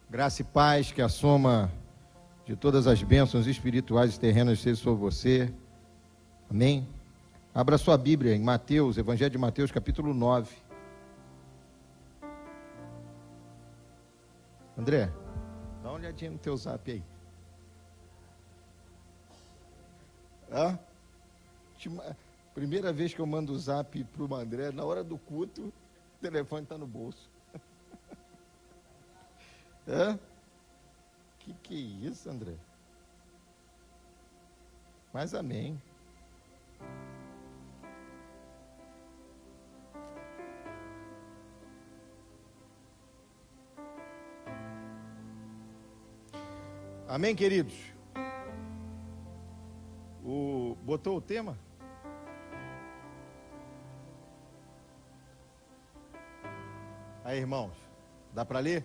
Graça e paz, que a soma de todas as bênçãos espirituais e terrenas seja sobre você. Amém? Abra sua Bíblia em Mateus, Evangelho de Mateus, capítulo 9. André, dá uma olhadinha no teu zap aí. Primeira vez que eu mando o zap para o André, na hora do culto, o telefone está no bolso. Que é isso, André? Mas amém. Amém, queridos? Botou o tema? Aí, irmãos, dá para ler?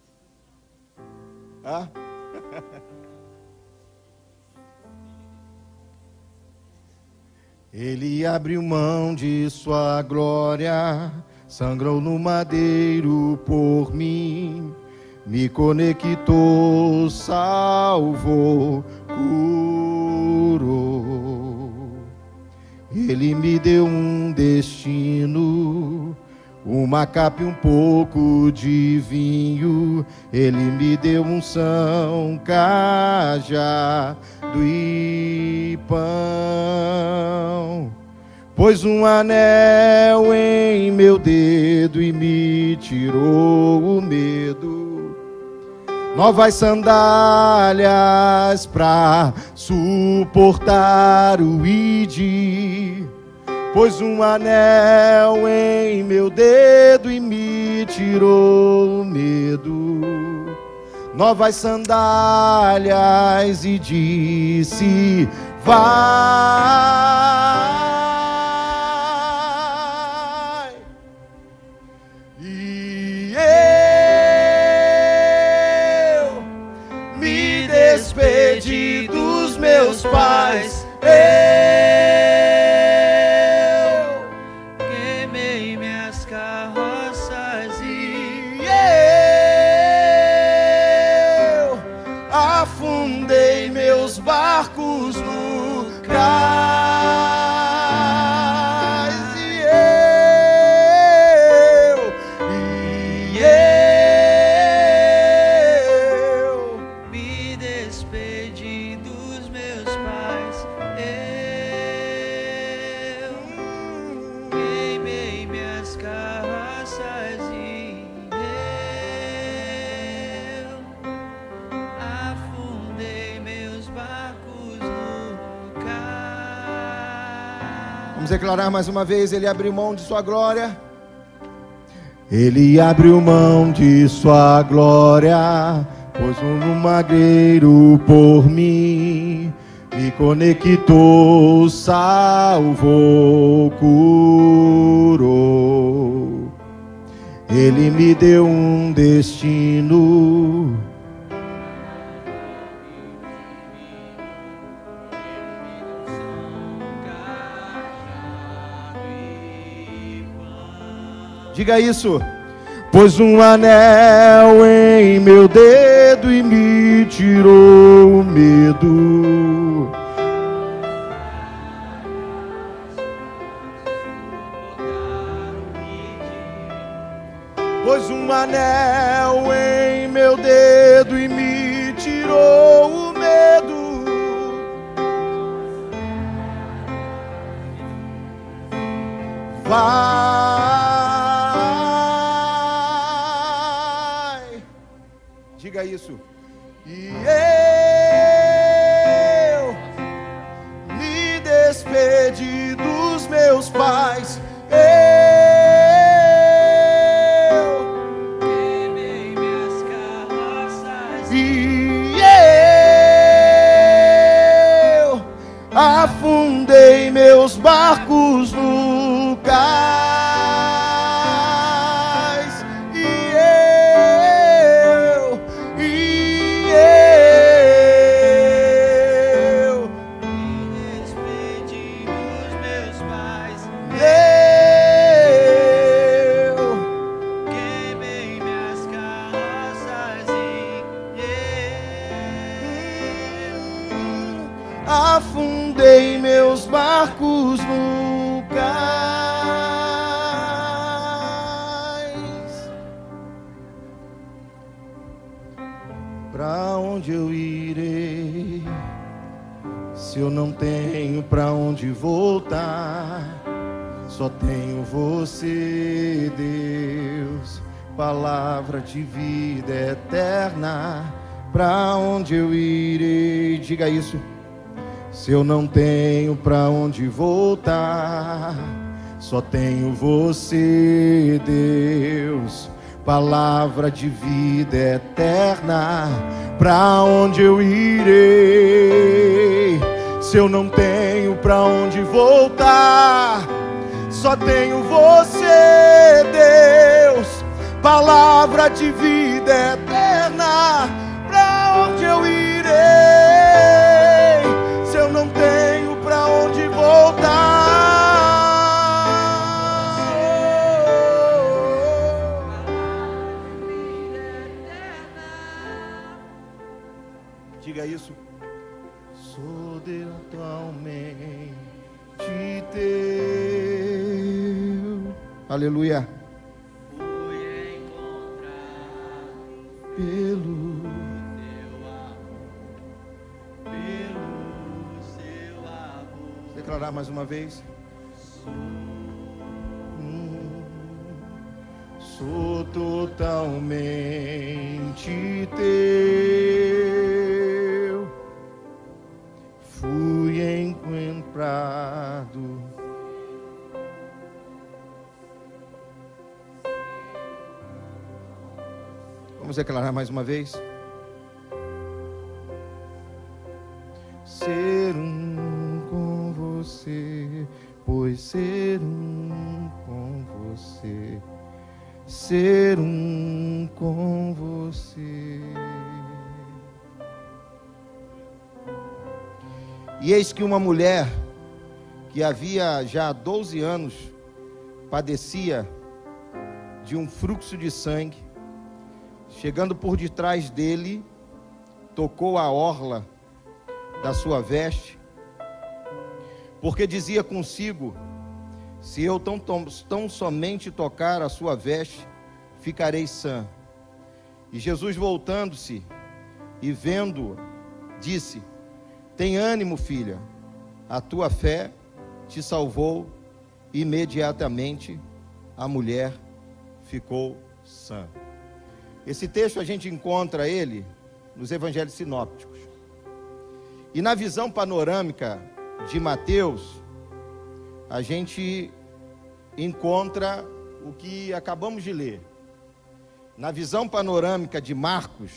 Ele abriu mão de sua glória, sangrou no madeiro por mim, me conectou, salvou, curou. Ele me deu um destino, uma capa e um pouco de vinho. Ele me deu unção, cajado e pão. Pôs um anel em meu dedo e me tirou o medo. Novas sandálias pra suportar o id. Pôs um anel em meu dedo e me tirou o medo. Novas sandálias e disse: vai. E eu me despedi dos meus pais. Barcos no cais e eu me despedi dos meus pais. Eu queimei minhas carroças e eu afundei meus barcos no cais. Vamos declarar mais uma vez: ele abriu mão de sua glória. Ele abriu mão de sua glória, pôs um madeiro por mim, me conectou, salvou, curou. Ele me deu um destino, diga isso. Pôs um anel em meu dedo e me tirou o medo. Pôs um anel em meu dedo e me tirou o medo. Vai, diga isso. E eu me despedi dos meus pais. Queimei minhas carroças e eu afundei meus barcos no cais. Eu queimei minhas carroças e afundei meus barcos no cais. Pra onde eu irei, se eu não tenho pra onde voltar? Só tenho você, Deus, palavra de vida eterna. Pra onde eu irei? Diga isso. Se eu não tenho pra onde voltar, só tenho você, Deus, palavra de vida eterna. Pra onde eu irei? Se eu não tenho pra onde voltar, só tenho você, Deus, palavra de vida eterna. Pra onde eu irei, se eu não tenho pra onde voltar? Diga isso. Sou totalmente teu. Aleluia. Fui encontrado pelo seu amor. Declarar mais uma vez. Sou totalmente teu. Fui encontrado. Vamos declarar mais uma vez. Ser um com você, pois ser um com você, ser um com você. E eis que uma mulher que havia já 12 anos padecia de um fluxo de sangue, chegando por detrás dele, tocou a orla da sua veste, porque dizia consigo: se eu tão somente tocar a sua veste, ficarei sã. E Jesus, voltando-se e vendo, disse: tem ânimo, filha, a tua fé te salvou. Imediatamente a mulher ficou sã. Esse texto a gente encontra ele nos evangelhos sinópticos. E na visão panorâmica de Mateus, a gente encontra o que acabamos de ler. Na visão panorâmica de Marcos,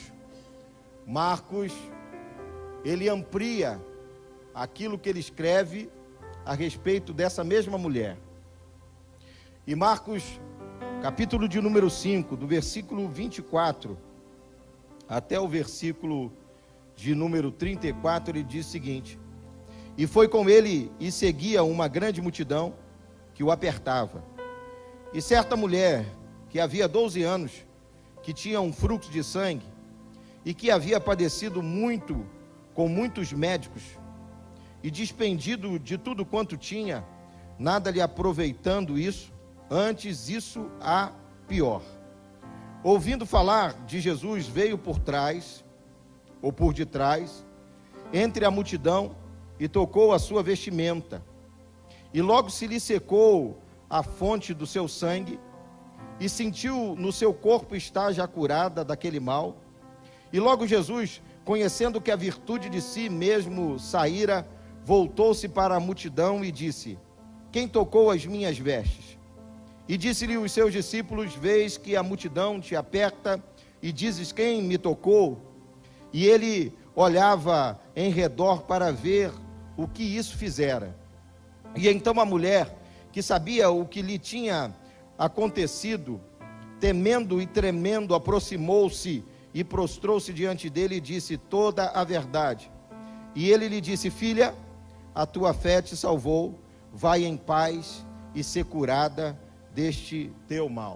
ele amplia aquilo que ele escreve a respeito dessa mesma mulher. E Marcos, capítulo de número 5, do versículo 24 até o versículo de número 34, ele diz o seguinte: e foi com ele e seguia uma grande multidão que o apertava. E certa mulher, que havia 12 anos, que tinha um fluxo de sangue, e que havia padecido muito com muitos médicos, e despendido de tudo quanto tinha, nada lhe aproveitando isso, antes isso a pior. Ouvindo falar de Jesus, veio por trás, ou por detrás, entre a multidão, e tocou a sua vestimenta. E logo se lhe secou a fonte do seu sangue, e sentiu no seu corpo estar já curada daquele mal. E logo Jesus, conhecendo que a virtude de si mesmo saíra, voltou-se para a multidão e disse: quem tocou as minhas vestes? E disse-lhe os seus discípulos: vês que a multidão te aperta e dizes: quem me tocou? E ele olhava em redor para ver o que isso fizera. E então a mulher, que sabia o que lhe tinha acontecido, temendo e tremendo, aproximou-se e prostrou-se diante dele e disse toda a verdade. E ele lhe disse: filha, a tua fé te salvou, vai em paz e ser curada deste teu mal.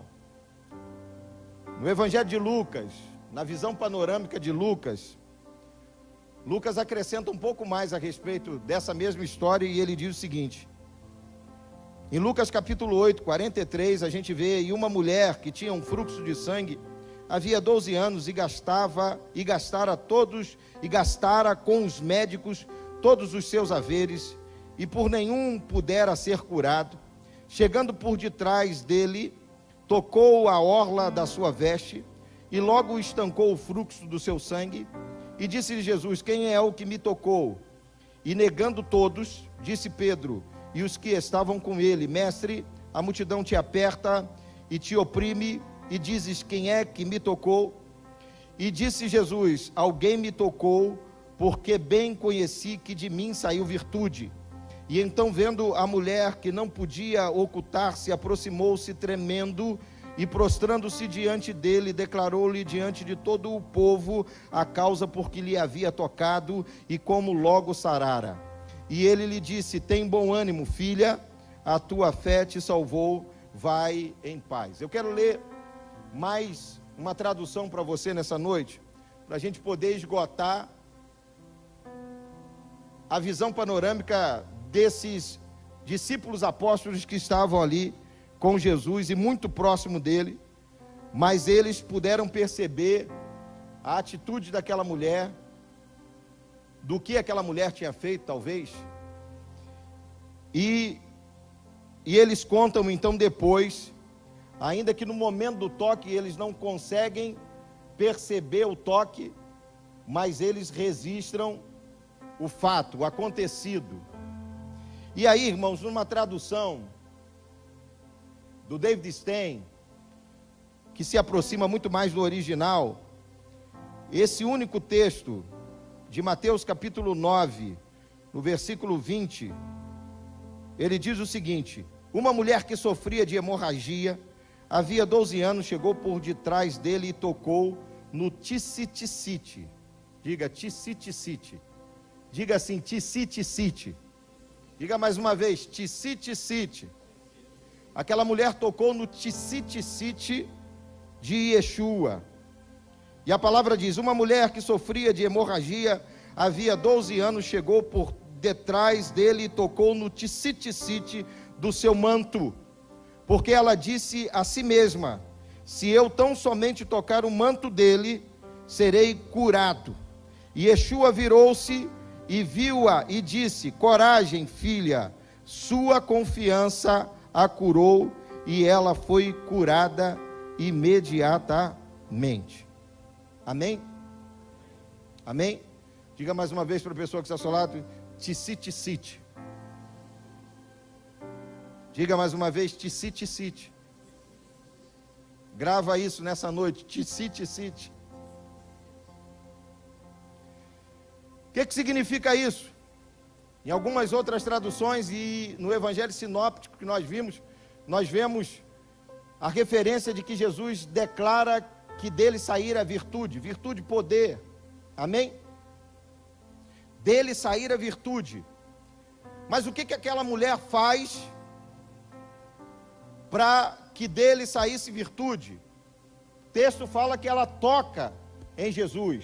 No Evangelho de Lucas, na visão panorâmica de Lucas, Lucas acrescenta um pouco mais a respeito dessa mesma história e ele diz o seguinte: em Lucas capítulo 8, 43, a gente vê, e uma mulher que tinha um fluxo de sangue, havia 12 anos e gastara com os médicos todos os seus haveres, e por nenhum pudera ser curado. Chegando por detrás dele, tocou a orla da sua veste, e logo estancou o fluxo do seu sangue. E disse-lhe Jesus: quem é o que me tocou? E negando todos, disse Pedro e os que estavam com ele: mestre, a multidão te aperta e te oprime, e dizes: quem é que me tocou? E disse Jesus: alguém me tocou, porque bem conheci que de mim saiu virtude. E então, vendo a mulher que não podia ocultar-se, aproximou-se tremendo, e prostrando-se diante dele, declarou-lhe diante de todo o povo a causa por que lhe havia tocado e como logo sarara. E ele lhe disse: tem bom ânimo, filha, a tua fé te salvou, vai em paz. Eu quero ler mais uma tradução para você nessa noite, para a gente poder esgotar a visão panorâmica desses discípulos apóstolos que estavam ali com Jesus e muito próximo dele, mas eles puderam perceber a atitude daquela mulher, do que aquela mulher tinha feito, talvez, e eles contam então depois, ainda que no momento do toque eles não conseguem perceber o toque, mas eles registram o fato, o acontecido. E aí, irmãos, numa tradução do David Stein, que se aproxima muito mais do original, esse único texto de Mateus capítulo 9, no versículo 20, ele diz o seguinte: uma mulher que sofria de hemorragia, havia 12 anos, chegou por detrás dele e tocou no ticiticite. Diga ticiticite. Diga assim, ticiticite. Diga mais uma vez, ticiticite. Aquela mulher tocou no ticiticite de Yeshua. E a palavra diz: uma mulher que sofria de hemorragia, havia 12 anos, chegou por detrás dele e tocou no ticiticite do seu manto, porque ela disse a si mesma: se eu tão somente tocar o manto dele, serei curado. E Yeshua virou-se e viu-a e disse: coragem, filha, sua confiança a curou, e ela foi curada imediatamente. Amém? Amém? Diga mais uma vez para a pessoa que está ao seu lado: ticiticite. Diga mais uma vez: ticiticite. Grava isso nessa noite: ticiticite. O que significa isso? Em algumas outras traduções e no Evangelho Sinóptico que nós vemos a referência de que Jesus declara que dele sair a virtude, poder. Amém? Dele sair a virtude. Mas o que aquela mulher faz para que dele saísse virtude? O texto fala que ela toca em Jesus.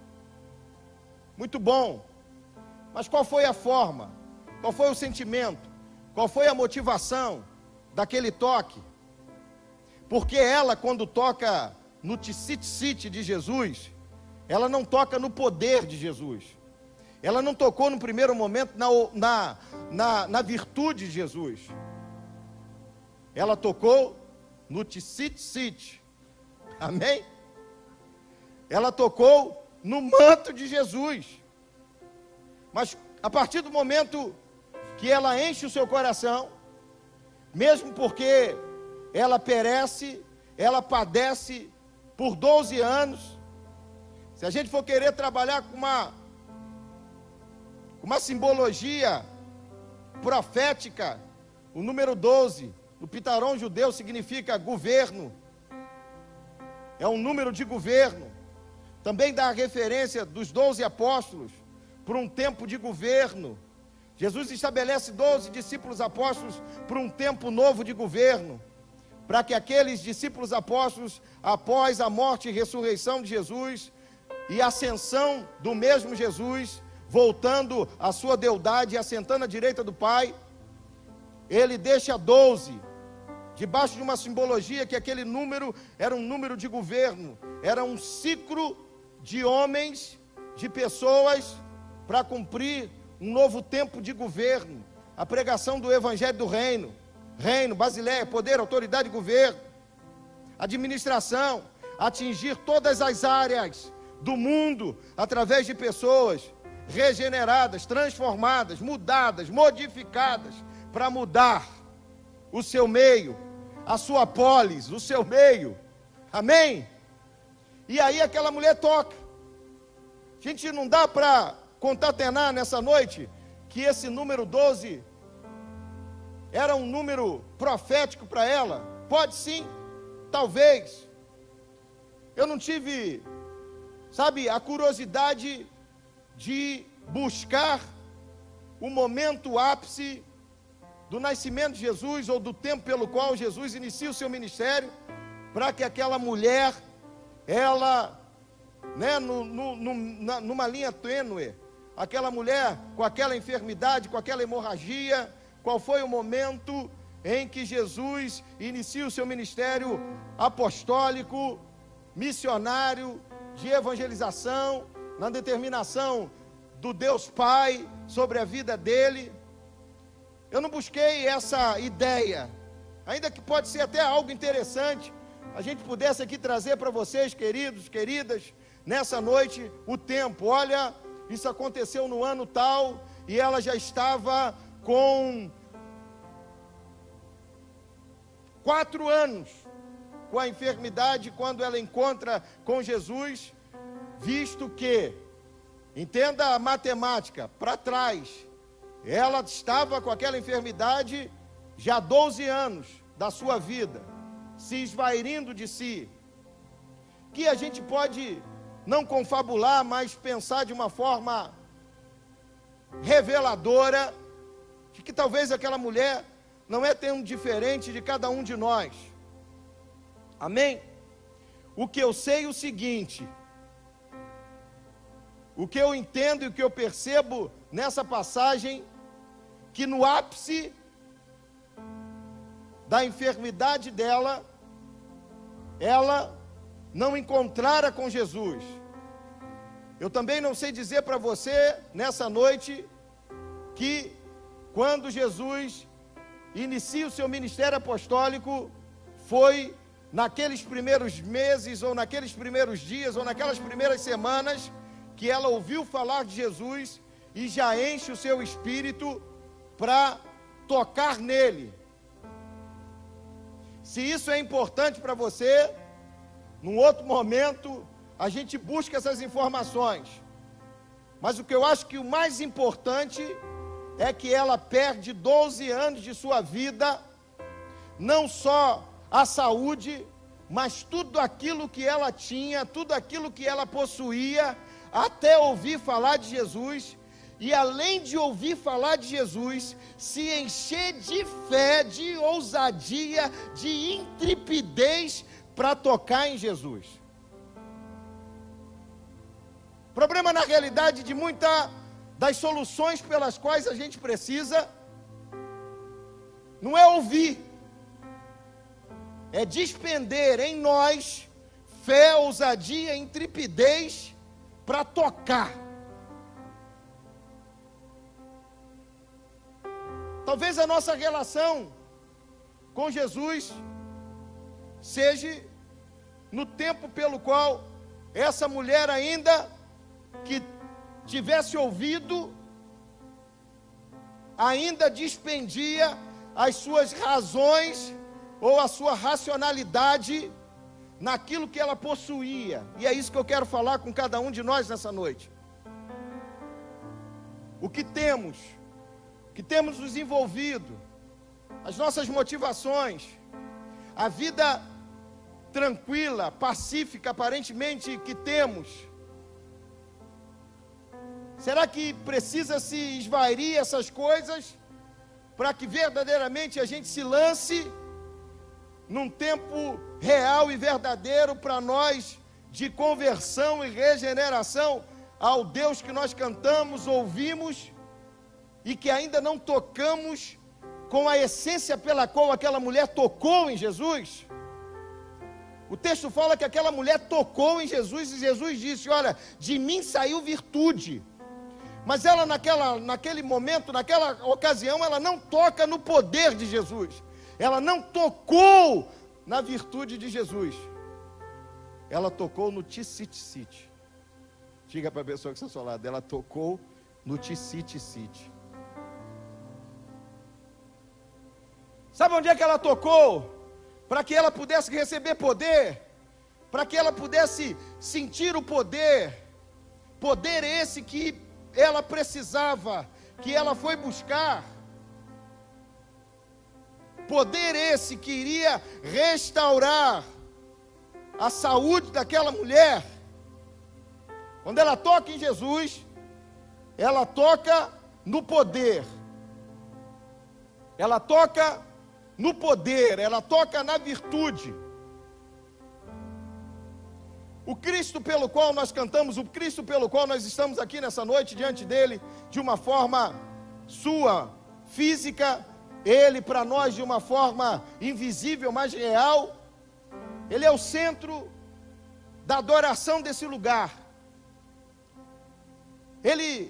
Muito bom. Mas qual foi a forma? Qual foi o sentimento? Qual foi a motivação daquele toque? Porque ela, quando toca no ticiticite de Jesus, ela não toca no poder de Jesus. Ela não tocou no primeiro momento na virtude de Jesus. Ela tocou no ticiticite. Amém? Ela tocou no manto de Jesus. Mas a partir do momento que ela enche o seu coração, mesmo porque ela perece, ela padece por 12 anos, se a gente for querer trabalhar com uma simbologia profética, o número 12, no pitarom judeu, significa governo, é um número de governo. Também dá a referência dos 12 apóstolos para um tempo de governo. Jesus estabelece 12 discípulos apóstolos para um tempo novo de governo, para que aqueles discípulos apóstolos, após a morte e ressurreição de Jesus, e ascensão do mesmo Jesus, voltando à sua deidade e assentando à direita do Pai, ele deixa 12, debaixo de uma simbologia que aquele número era um número de governo, era um ciclo de homens, de pessoas, para cumprir um novo tempo de governo, a pregação do Evangelho do Reino, Basileia, poder, autoridade e governo, administração, atingir todas as áreas do mundo, através de pessoas regeneradas, transformadas, mudadas, modificadas, para mudar o seu meio, a sua polis, o seu meio, amém? E aí aquela mulher toca. Gente, não dá para concatenar nessa noite que esse número 12 era um número profético para ela? Pode sim, talvez. Eu não tive, sabe, a curiosidade de buscar o momento ápice do nascimento de Jesus, ou do tempo pelo qual Jesus inicia o seu ministério, para que aquela mulher, ela, né, numa linha tênue, aquela mulher com aquela enfermidade, com aquela hemorragia, qual foi o momento em que Jesus inicia o seu ministério apostólico, missionário, de evangelização, na determinação do Deus Pai sobre a vida dele. Eu não busquei essa ideia, ainda que pode ser até algo interessante, a gente pudesse aqui trazer para vocês, queridos, queridas, nessa noite, o tempo. Olha, isso aconteceu no ano tal, e ela já estava com 4 anos com a enfermidade, quando ela encontra com Jesus, visto que, entenda a matemática, para trás, ela estava com aquela enfermidade já há 12 anos da sua vida, se esvairindo de si, que a gente pode não confabular, mas pensar de uma forma reveladora, de que talvez aquela mulher não é tão diferente de cada um de nós, amém? O que eu sei é o seguinte, o que eu entendo e o que eu percebo nessa passagem, que no ápice da enfermidade dela, ela não encontrara com Jesus. Eu também não sei dizer para você, nessa noite, que quando Jesus inicia o seu ministério apostólico, foi naqueles primeiros meses, ou naqueles primeiros dias, ou naquelas primeiras semanas, que ela ouviu falar de Jesus, e já enche o seu espírito para tocar nele. Se isso é importante para você, num outro momento, a gente busca essas informações. Mas o que eu acho que o mais importante é que ela perde 12 anos de sua vida, não só a saúde, mas tudo aquilo que ela tinha, tudo aquilo que ela possuía, até ouvir falar de Jesus, e além de ouvir falar de Jesus, se encher de fé, de ousadia, de intrepidez para tocar em Jesus. Problema na realidade de muitas das soluções pelas quais a gente precisa, não é ouvir, é despender em nós fé, ousadia, intrepidez para tocar. Talvez a nossa relação com Jesus seja no tempo pelo qual essa mulher, ainda que tivesse ouvido, ainda dispendia as suas razões ou a sua racionalidade naquilo que ela possuía. E é isso que eu quero falar com cada um de nós nessa noite. O que temos nos envolvido, as nossas motivações, a vida tranquila, pacífica, aparentemente, que temos. Será que precisa se esvairir essas coisas para que verdadeiramente a gente se lance num tempo real e verdadeiro para nós de conversão e regeneração ao Deus que nós cantamos, ouvimos e que ainda não tocamos com a essência pela qual aquela mulher tocou em Jesus? O texto fala que aquela mulher tocou em Jesus e Jesus disse: olha, de mim saiu virtude. Mas ela naquele momento, naquela ocasião, ela não toca no poder de Jesus. Ela não tocou na virtude de Jesus. Ela tocou no tissit-sit. Diga para a pessoa que está ao seu lado, ela tocou no tissit-sit. Sabe onde é que ela tocou? Para que ela pudesse receber poder, para que ela pudesse sentir o poder, poder esse que ela precisava, que ela foi buscar, poder esse que iria restaurar a saúde daquela mulher. Quando ela toca em Jesus, ela toca no poder, ela toca no poder, ela toca na virtude. O Cristo pelo qual nós cantamos, o Cristo pelo qual nós estamos aqui nessa noite diante dele, de uma forma sua, física, ele para nós de uma forma invisível, mas real, ele é o centro da adoração desse lugar. Ele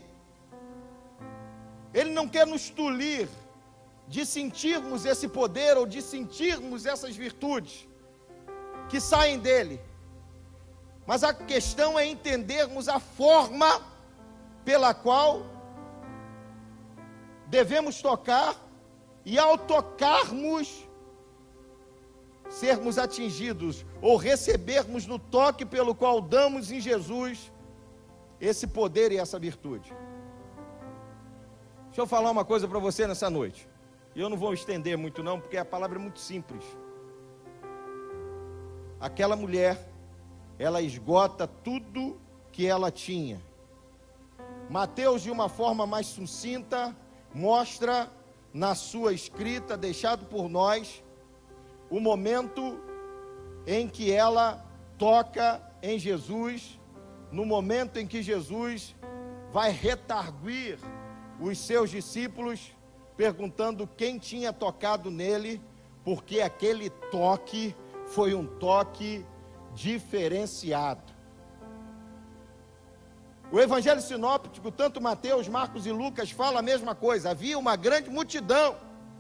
não quer nos tolir de sentirmos esse poder ou de sentirmos essas virtudes que saem dele. Mas a questão é entendermos a forma pela qual devemos tocar e ao tocarmos sermos atingidos ou recebermos no toque pelo qual damos em Jesus esse poder e essa virtude. Deixa eu falar uma coisa para você nessa noite. E eu não vou estender muito não, porque a palavra é muito simples. Aquela mulher, ela esgota tudo que ela tinha. Mateus, de uma forma mais sucinta, mostra na sua escrita, deixado por nós, o momento em que ela toca em Jesus, no momento em que Jesus vai redarguir os seus discípulos, perguntando quem tinha tocado nele, porque aquele toque foi um toque diferenciado. O Evangelho sinóptico, tanto Mateus, Marcos e Lucas, fala a mesma coisa. Havia uma grande multidão.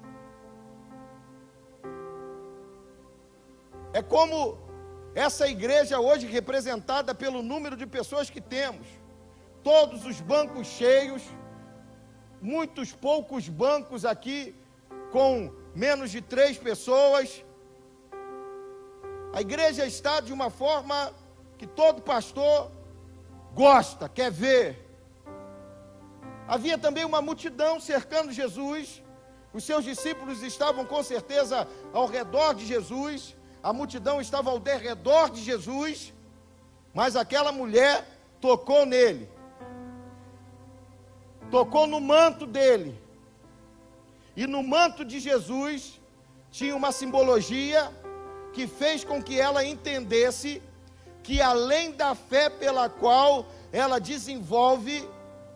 É como essa igreja hoje representada pelo número de pessoas que temos. Todos os bancos cheios, muitos poucos bancos aqui com menos de 3 pessoas. A igreja está de uma forma que todo pastor gosta, quer ver. Havia também uma multidão cercando Jesus. Os seus discípulos estavam com certeza ao redor de Jesus. A multidão estava ao derredor de Jesus. Mas aquela mulher tocou nele. Tocou no manto dele. E no manto de Jesus tinha uma simbologia que fez com que ela entendesse que além da fé pela qual ela desenvolve,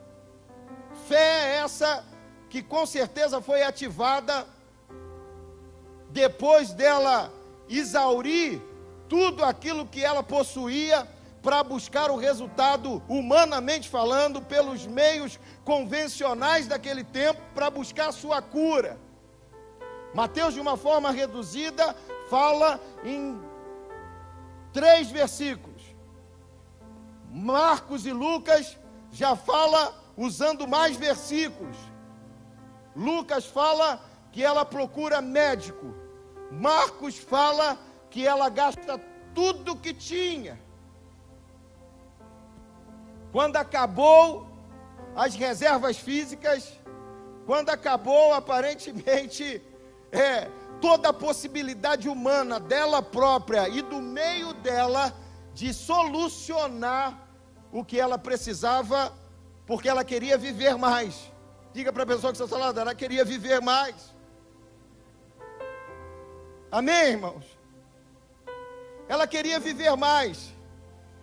fé essa que com certeza foi ativada depois dela exaurir tudo aquilo que ela possuía para buscar o resultado, humanamente falando, pelos meios convencionais daquele tempo, para buscar a sua cura. Mateus, de uma forma reduzida, fala em 3 versículos. Marcos e Lucas já fala usando mais versículos. Lucas fala que ela procura médico. Marcos fala que ela gasta tudo que tinha. Quando acabou as reservas físicas, quando acabou aparentemente toda a possibilidade humana dela própria e do meio dela de solucionar o que ela precisava, porque ela queria viver mais. Diga para a pessoa que está ao lado, ela queria viver mais. Amém, irmãos? Ela queria viver mais.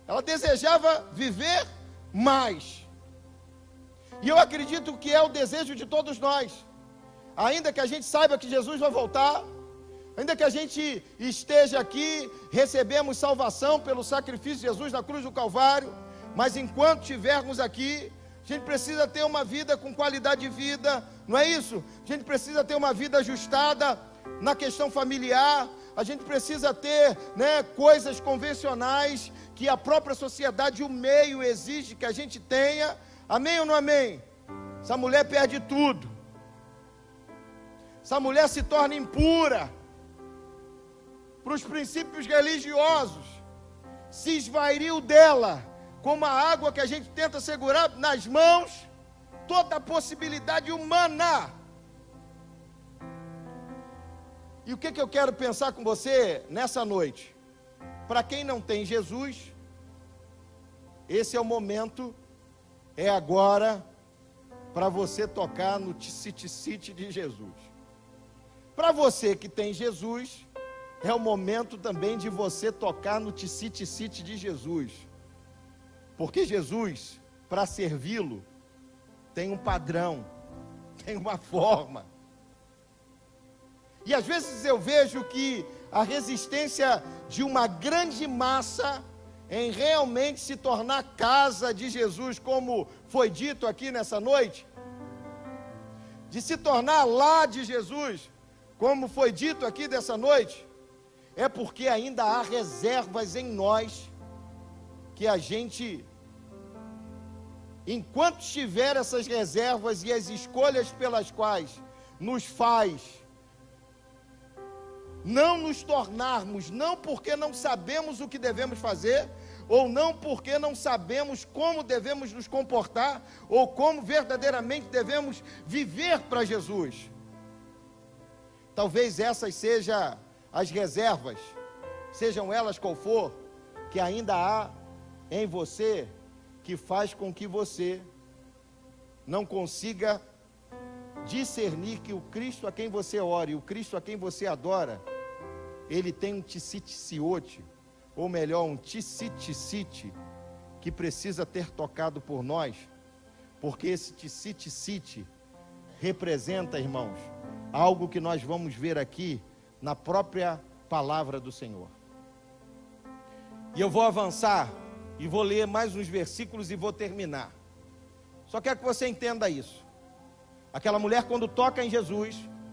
Ela desejava viver mais. E eu acredito que é o desejo de todos nós. Ainda que a gente saiba que Jesus vai voltar, ainda que a gente esteja aqui, recebemos salvação pelo sacrifício de Jesus na cruz do Calvário, mas enquanto estivermos aqui, a gente precisa ter uma vida com qualidade de vida, não é isso? A gente precisa ter uma vida ajustada na questão familiar, a gente precisa ter, coisas convencionais que a própria sociedade e o meio exige que a gente tenha. Amém ou não amém? Essa mulher perde tudo. Essa mulher se torna impura para os princípios religiosos, se esvairiu dela, como a água que a gente tenta segurar nas mãos, toda a possibilidade humana. E o que eu quero pensar com você nessa noite? Para quem não tem Jesus, esse é o momento, é agora, para você tocar no ticite de Jesus. Para você que tem Jesus, é o momento também de você tocar no ticite de Jesus. Porque Jesus, para servi-lo, tem um padrão, tem uma forma. E às vezes eu vejo que a resistência de uma grande massa em realmente se tornar casa de Jesus, como foi dito aqui nessa noite, de se tornar lá de Jesus, como foi dito aqui dessa noite, é porque ainda há reservas em nós, que a gente, enquanto tiver essas reservas e as escolhas pelas quais nos faz não nos tornarmos, não porque não sabemos o que devemos fazer, ou não porque não sabemos como devemos nos comportar, ou como verdadeiramente devemos viver para Jesus. Talvez essas sejam as reservas, sejam elas qual for, que ainda há em você, que faz com que você não consiga discernir que o Cristo a quem você ora e o Cristo a quem você adora, ele tem um ticite-ciote, ou melhor, um ticite-cite, que precisa ter tocado por nós, porque esse ticite-cite representa, irmãos, algo que nós vamos ver aqui na própria palavra do Senhor. E eu vou avançar e vou ler mais uns versículos e vou terminar. Só quero que você entenda isso. Aquela mulher, quando toca em Jesus,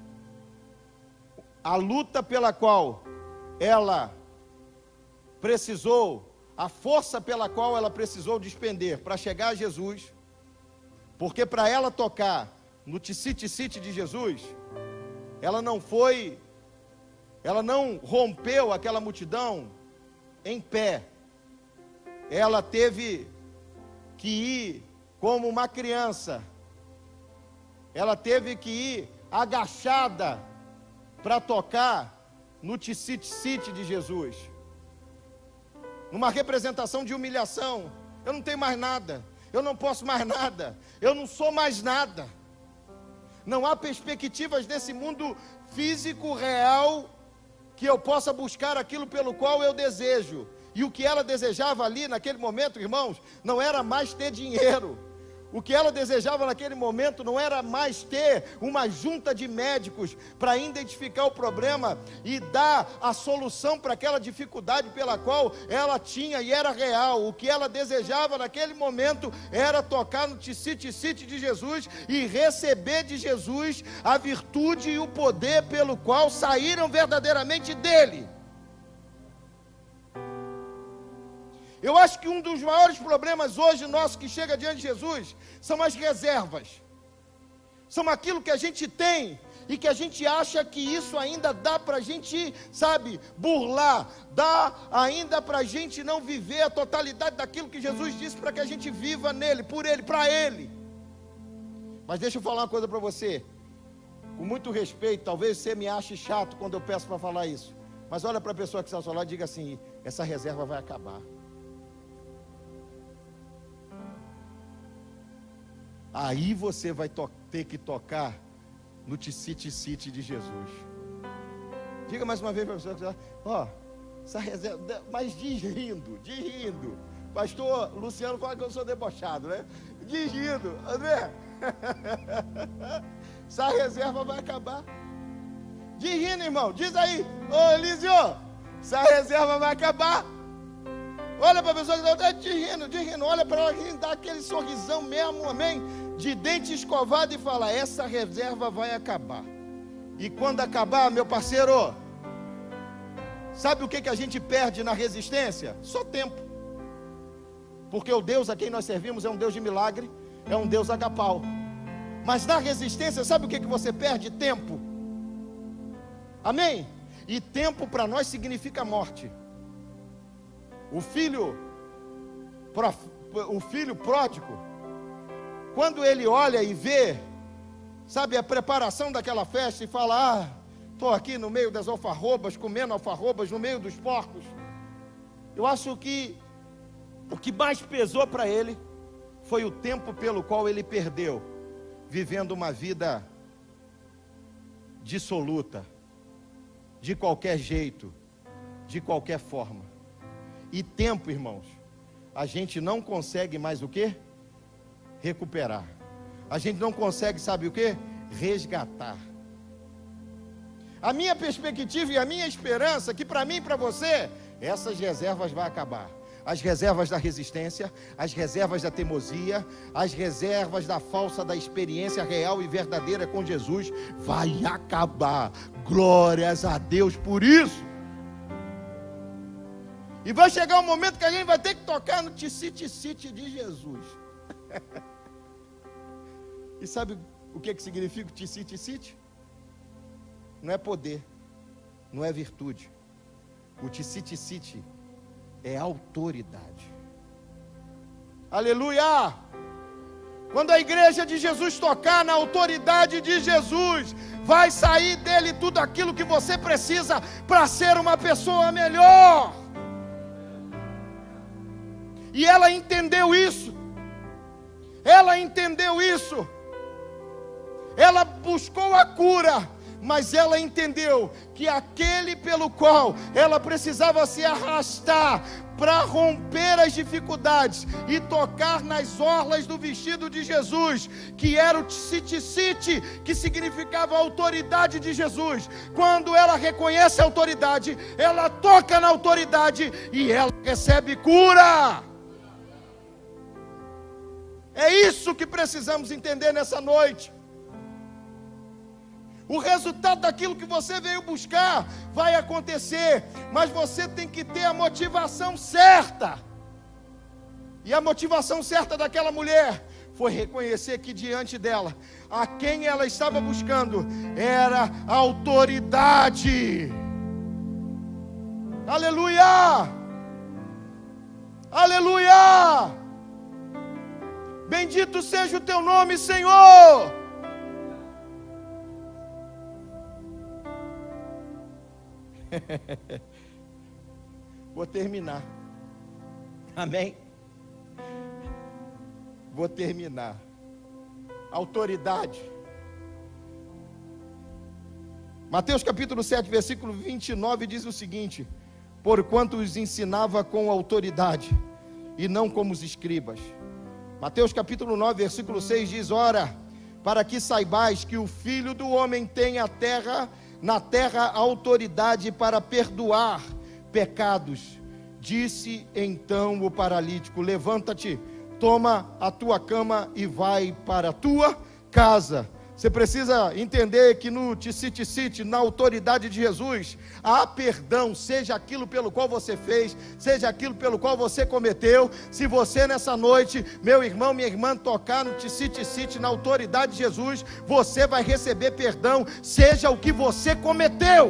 a luta pela qual ela precisou, a força pela qual ela precisou despender para chegar a Jesus, porque para ela tocar no ticite de Jesus, ela não rompeu aquela multidão em pé, ela teve que ir como uma criança, ela teve que ir agachada para tocar no ticite de Jesus, numa representação de humilhação. Eu não tenho mais nada, eu não posso mais nada, eu não sou mais nada, não há perspectivas nesse mundo físico real que eu possa buscar aquilo pelo qual eu desejo. E o que ela desejava ali naquele momento, irmãos, não era mais ter dinheiro. O que ela desejava naquele momento não era mais ter uma junta de médicos para identificar o problema e dar a solução para aquela dificuldade pela qual ela tinha e era real. O que ela desejava naquele momento era tocar no ticite de Jesus e receber de Jesus a virtude e o poder pelo qual saíram verdadeiramente dele. Eu acho que um dos maiores problemas hoje nosso que chega diante de Jesus são as reservas. São aquilo que a gente tem e que a gente acha que isso ainda dá para a gente, burlar. Dá ainda para a gente não viver a totalidade daquilo que Jesus disse para que a gente viva nele, por ele, para ele. Mas deixa eu falar uma coisa para você. Com muito respeito, talvez você me ache chato quando eu peço para falar isso. Mas olha para a pessoa que está ao seu lado e diga assim: essa reserva vai acabar. Aí você vai ter que tocar no ticite de Jesus. Diga mais uma vez para a pessoa, essa reserva, mas diz rindo, Pastor Luciano fala que eu sou debochado, né? Diz rindo, André. Essa reserva vai acabar. Diz rindo, irmão. Diz aí, ô Elísio, essa reserva vai acabar. Olha para a pessoa que está diz rindo. Olha para ela e dá aquele sorrisão mesmo, amém? De dente escovado e fala: essa reserva vai acabar. E quando acabar, meu parceiro, sabe o que a gente perde na resistência? Só tempo. Porque o Deus a quem nós servimos é um Deus de milagre, é um Deus agapau. Mas na resistência, sabe o que você perde? Tempo. Amém? E tempo para nós significa morte. O filho pródigo, quando ele olha e vê, sabe, a preparação daquela festa e fala: estou aqui no meio das alfarrobas, comendo alfarrobas no meio dos porcos. Eu acho que o que mais pesou para ele foi o tempo pelo qual ele perdeu, vivendo uma vida dissoluta, de qualquer jeito, de qualquer forma. E tempo, irmãos, a gente não consegue mais o quê? Recuperar. A gente não consegue, sabe o quê? Resgatar. A minha perspectiva e a minha esperança, que para mim e para você, essas reservas vão acabar. As reservas da resistência, as reservas da teimosia, as reservas da falsa, da experiência real e verdadeira com Jesus, vai acabar. Glórias a Deus por isso. E vai chegar um momento que a gente vai ter que tocar no Tissite de Jesus. E sabe o que significa o Tissite? Não é poder, não é virtude. O Tissite é autoridade. Aleluia! Quando a igreja de Jesus tocar na autoridade de Jesus, vai sair dele tudo aquilo que você precisa para ser uma pessoa melhor. E ela entendeu isso. Ela buscou a cura, mas ela entendeu que aquele pelo qual ela precisava se arrastar para romper as dificuldades e tocar nas orlas do vestido de Jesus, que era o Tissite, que significava a autoridade de Jesus. Quando ela reconhece a autoridade, ela toca na autoridade e ela recebe cura. É isso que precisamos entender nessa noite. O resultado daquilo que você veio buscar vai acontecer, mas você tem que ter a motivação certa. E a motivação certa daquela mulher foi reconhecer que diante dela, a quem ela estava buscando era a autoridade. Aleluia! Aleluia! Bendito seja o teu nome, Senhor. Vou terminar. Amém? Vou terminar. Autoridade. Mateus capítulo 7, versículo 29 diz o seguinte: porquanto os ensinava com autoridade e não como os escribas. Mateus capítulo 9, versículo 6 diz: ora, para que saibais que o Filho do Homem tem na terra autoridade para perdoar pecados. Disse então o paralítico: levanta-te, toma a tua cama e vai para a tua casa. Você precisa entender que no Tissite, na autoridade de Jesus, há perdão, seja aquilo pelo qual você fez, seja aquilo pelo qual você cometeu. Se você nessa noite, meu irmão, minha irmã, tocar no Tissite, na autoridade de Jesus, você vai receber perdão, seja o que você cometeu.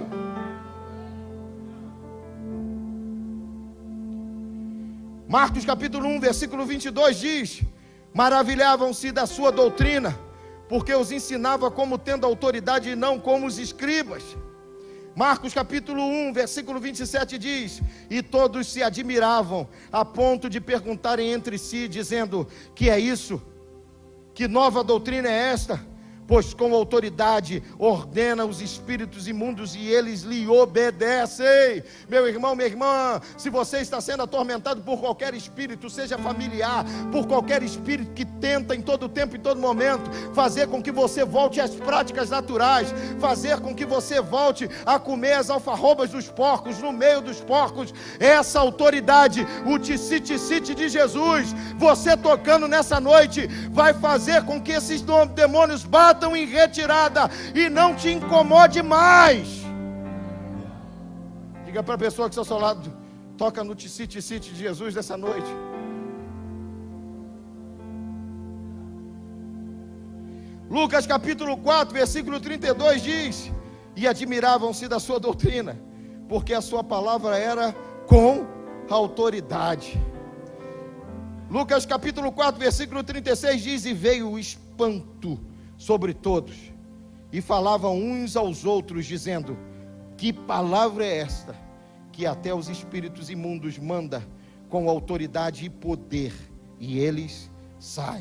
Marcos capítulo 1, versículo 22 diz: maravilhavam-se da sua doutrina, porque os ensinava como tendo autoridade e não como os escribas. Marcos capítulo 1, versículo 27 diz: e todos se admiravam, a ponto de perguntarem entre si, dizendo: que é isso? Que nova doutrina é esta? pois com autoridade ordena os espíritos imundos e eles lhe obedecem. Meu irmão, minha irmã, se você está sendo atormentado por qualquer espírito, seja familiar, por qualquer espírito que tenta em todo tempo, em todo momento, fazer com que você volte às práticas naturais, fazer com que você volte a comer as alfarrobas dos porcos, no meio dos porcos, essa autoridade, o tsi-tsi-tsi de Jesus, você tocando nessa noite, vai fazer com que esses demônios batam em retirada e não te incomode mais. Diga para a pessoa que está ao seu lado: toca no tsi-tsi de Jesus nessa noite. Lucas capítulo 4, versículo 32 diz: e admiravam-se da sua doutrina, porque a sua palavra era com autoridade. Lucas capítulo 4, versículo 36 diz: e veio o espanto sobre todos, e falavam uns aos outros, dizendo: que palavra é esta, que até os espíritos imundos manda com autoridade e poder, e eles saem.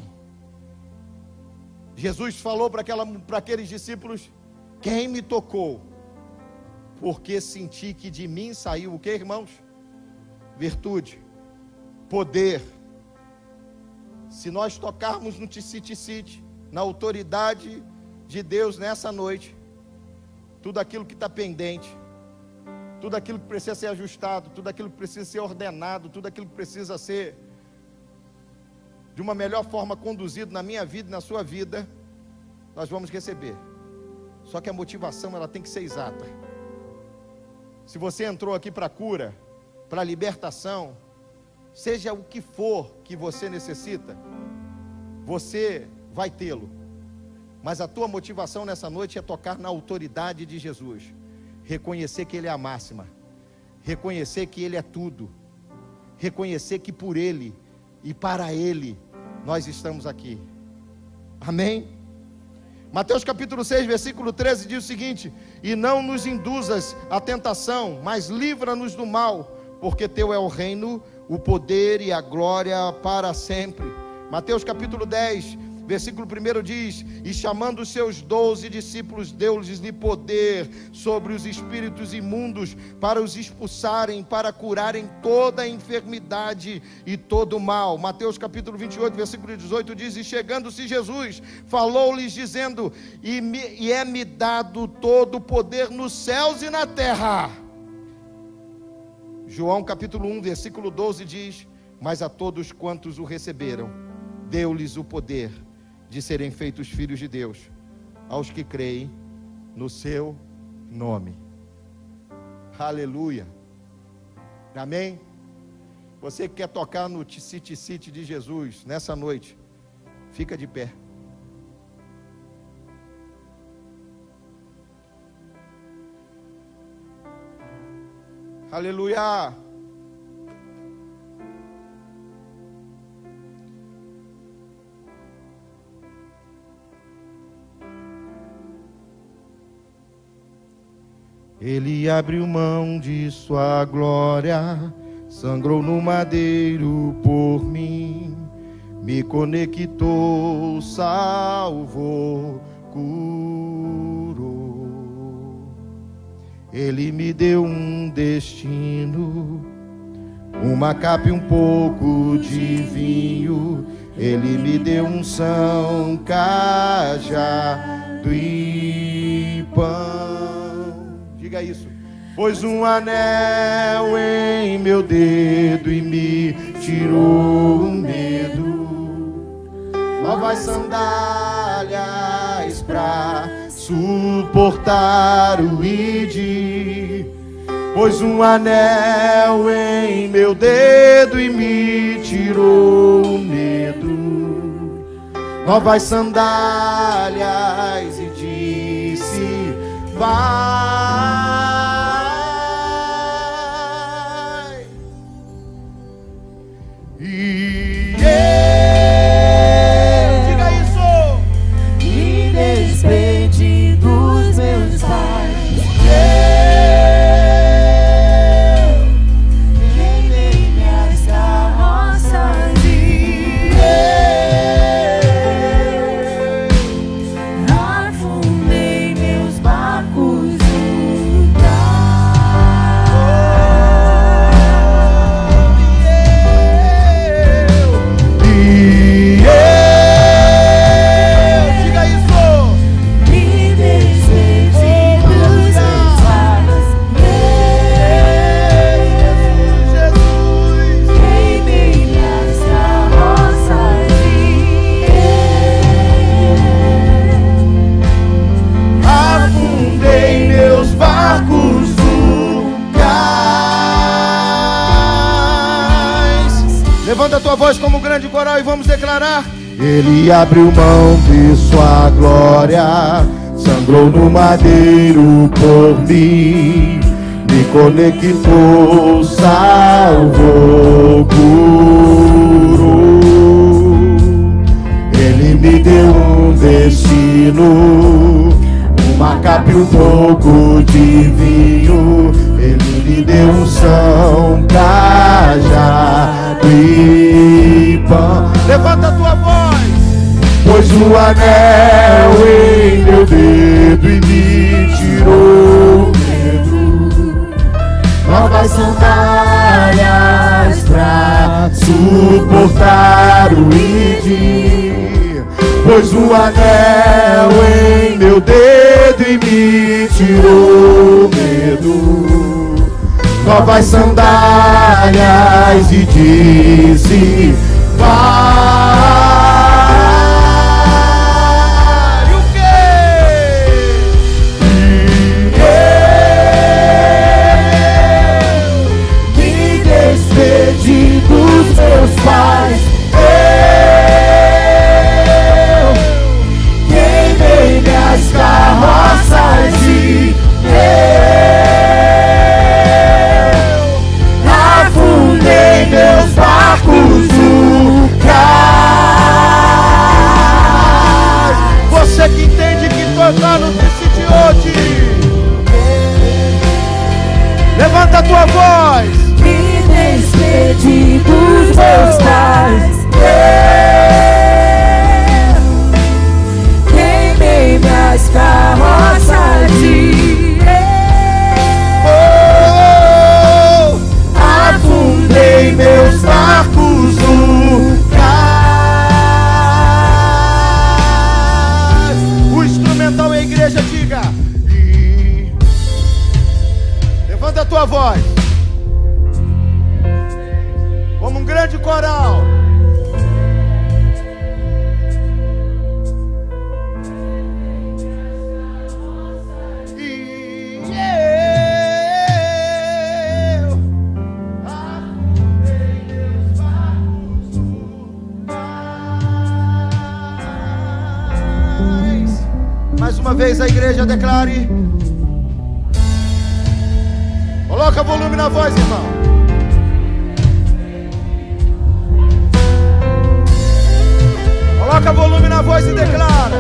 Jesus falou para aqueles discípulos: quem me tocou? Porque senti que de mim saiu o que, irmãos? Virtude, poder. Se nós tocarmos no tsi-tsi, na autoridade de Deus nessa noite, tudo aquilo que está pendente, tudo aquilo que precisa ser ajustado, tudo aquilo que precisa ser ordenado, tudo aquilo que precisa ser de uma melhor forma conduzido na minha vida e na sua vida, nós vamos receber. Só que a motivação, ela tem que ser exata. Se você entrou aqui para cura, para libertação, seja o que for que você necessita, você vai tê-lo. Mas a tua motivação nessa noite é tocar na autoridade de Jesus, reconhecer que Ele é a máxima, reconhecer que Ele é tudo, reconhecer que por Ele e para Ele nós estamos aqui. Amém? Mateus capítulo 6, versículo 13 diz o seguinte: e não nos induzas à tentação, mas livra-nos do mal, porque teu é o reino, o poder e a glória para sempre. Mateus capítulo 10, versículo 1 diz: e chamando os seus 12 discípulos, deu-lhes poder sobre os espíritos imundos, para os expulsarem, para curarem toda a enfermidade e todo o mal. Mateus capítulo 28, versículo 18 diz: e chegando-se Jesus, falou-lhes dizendo: e é-me dado todo o poder nos céus e na terra. João capítulo 1, versículo 12 diz: mas a todos quantos o receberam, deu-lhes o poder de serem feitos filhos de Deus, aos que creem no seu nome. Aleluia. Amém? Você que quer tocar no tsi-tsi de Jesus nessa noite, fica de pé. Aleluia. Ele abriu mão de sua glória, sangrou no madeiro por mim, me conectou, salvou, curou. Ele me deu um destino, uma capa e um pouco de vinho. Ele me deu unção, cajado e pão. Diga isso. Pôs um anel em meu dedo e me tirou o medo. Novas sandálias pra suportar o ide. Pôs um anel em meu dedo e me tirou o medo. Novas sandálias e disse: vai. E eu, diga isso, me despedi dos meus pais. Queimei minhas carroças e a voz como grande coral e vamos declarar. Ele abriu mão de sua glória, sangrou no madeiro por mim, me conectou, salvou, curou. Ele me deu um destino, uma capa e um pouco de vinho. Ele me deu unção, cajado e pão. Levanta a tua voz. Pôs o anel em meu dedo e me tirou o medo. Novas sandálias pra suportar o ir. Pôs o anel em meu dedo e me tirou o medo. Novas sandálias e disse: vai. E o quê? E eu me despedi dos meus pais. Eu queimei minhas carroças e afundei meus barcos no cais. Você que entende que tocar no decide hoje, levanta a tua voz. Me despedi dos meus pais. Eu queimei minhas carroças de afundei meus barcos no cais. O instrumental é a igreja, diga. Levanta a tua voz. Como um grande coral. E eu afundei meus barcos no cais. Mais uma vez a igreja declare. Coloca volume na voz, irmão. Coloca volume na voz e declara.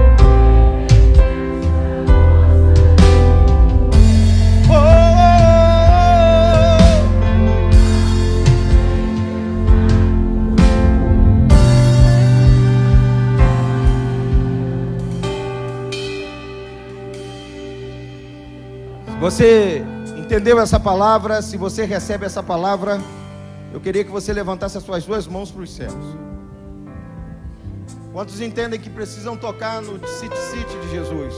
Oh, oh, oh. Se você entendeu essa palavra, se você recebe essa palavra, eu queria que você levantasse as suas duas mãos para os céus. Quantos entendem que precisam tocar no City de Jesus?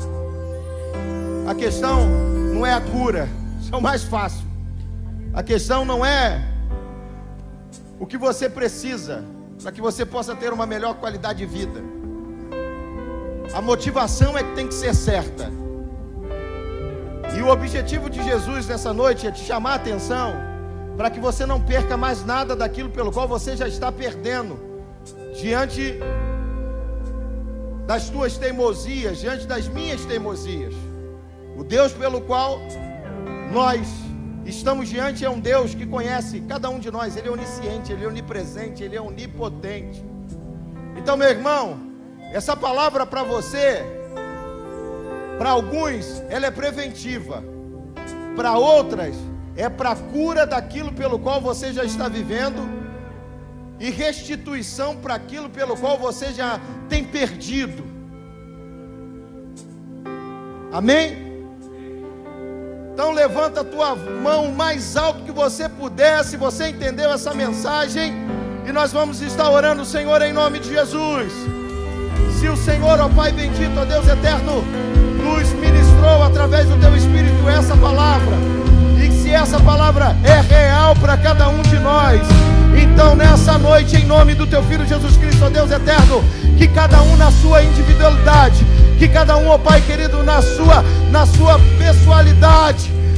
A questão não é a cura, isso é o mais fácil. A questão não é o que você precisa para que você possa ter uma melhor qualidade de vida. A motivação é que tem que ser certa. E o objetivo de Jesus nessa noite é te chamar a atenção para que você não perca mais nada daquilo pelo qual você já está perdendo diante das tuas teimosias, diante das minhas teimosias. O Deus pelo qual nós estamos diante é um Deus que conhece cada um de nós. Ele é onisciente, Ele é onipresente, Ele é onipotente. Então, meu irmão, essa palavra para você, para alguns, ela é preventiva. Para outras, é para cura daquilo pelo qual você já está vivendo e restituição para aquilo pelo qual você já tem perdido. Amém? Então levanta a tua mão mais alto que você puder, se você entendeu essa mensagem, e nós vamos estar orando, Senhor, em nome de Jesus. Se o Senhor, ó Pai bendito, ó Deus eterno, nos ministrou através do Teu Espírito essa palavra, e se essa palavra é real para cada um de nós, então nessa noite, em nome do Teu Filho Jesus Cristo, ó Deus eterno, que cada um na sua individualidade, que cada um, ó Pai querido, na sua pessoalidade,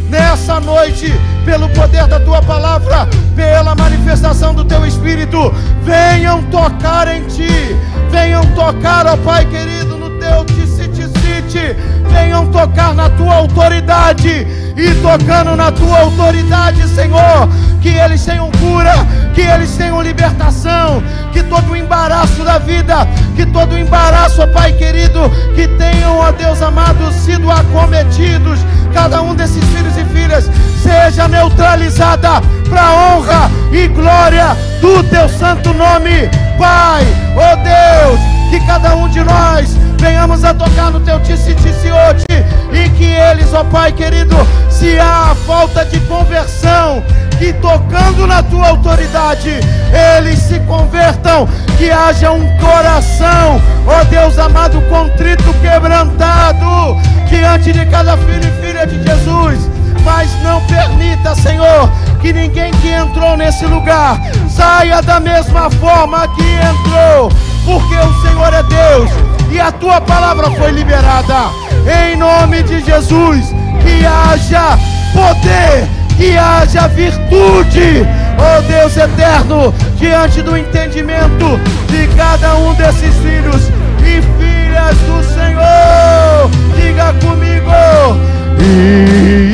nessa noite, pelo poder da Tua palavra, pela manifestação do Teu Espírito, venham tocar em Ti, venham tocar, ó Pai querido, no Teu Ticicicite, venham tocar na Tua autoridade, e tocando na Tua autoridade, Senhor, que eles tenham cura, que eles tenham libertação, que todo o embaraço da vida, que todo o embaraço, ó Pai querido, que tenham, ó Deus amado, sido acometidos, cada um desses filhos e filhas, seja neutralizada para a honra e glória do Teu santo nome, Pai, ó Deus, que cada um de nós venhamos a tocar no Teu Ticiciciote, e que eles, ó Pai querido, se há falta de conversão, que tocando na Tua autoridade, eles se convertam, que haja um coração, ó Deus amado, contrito, quebrantado, diante de cada filho e filha de Jesus. Mas não permita, Senhor, que ninguém que entrou nesse lugar saia da mesma forma que entrou, porque o Senhor é Deus e a Tua palavra foi liberada. Em nome de Jesus, que haja poder, que haja virtude, ó Deus eterno, diante do entendimento de cada um desses filhos e filhas do Senhor. Diga comigo: e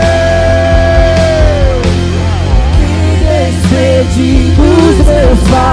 eu me despedi dos meus pais.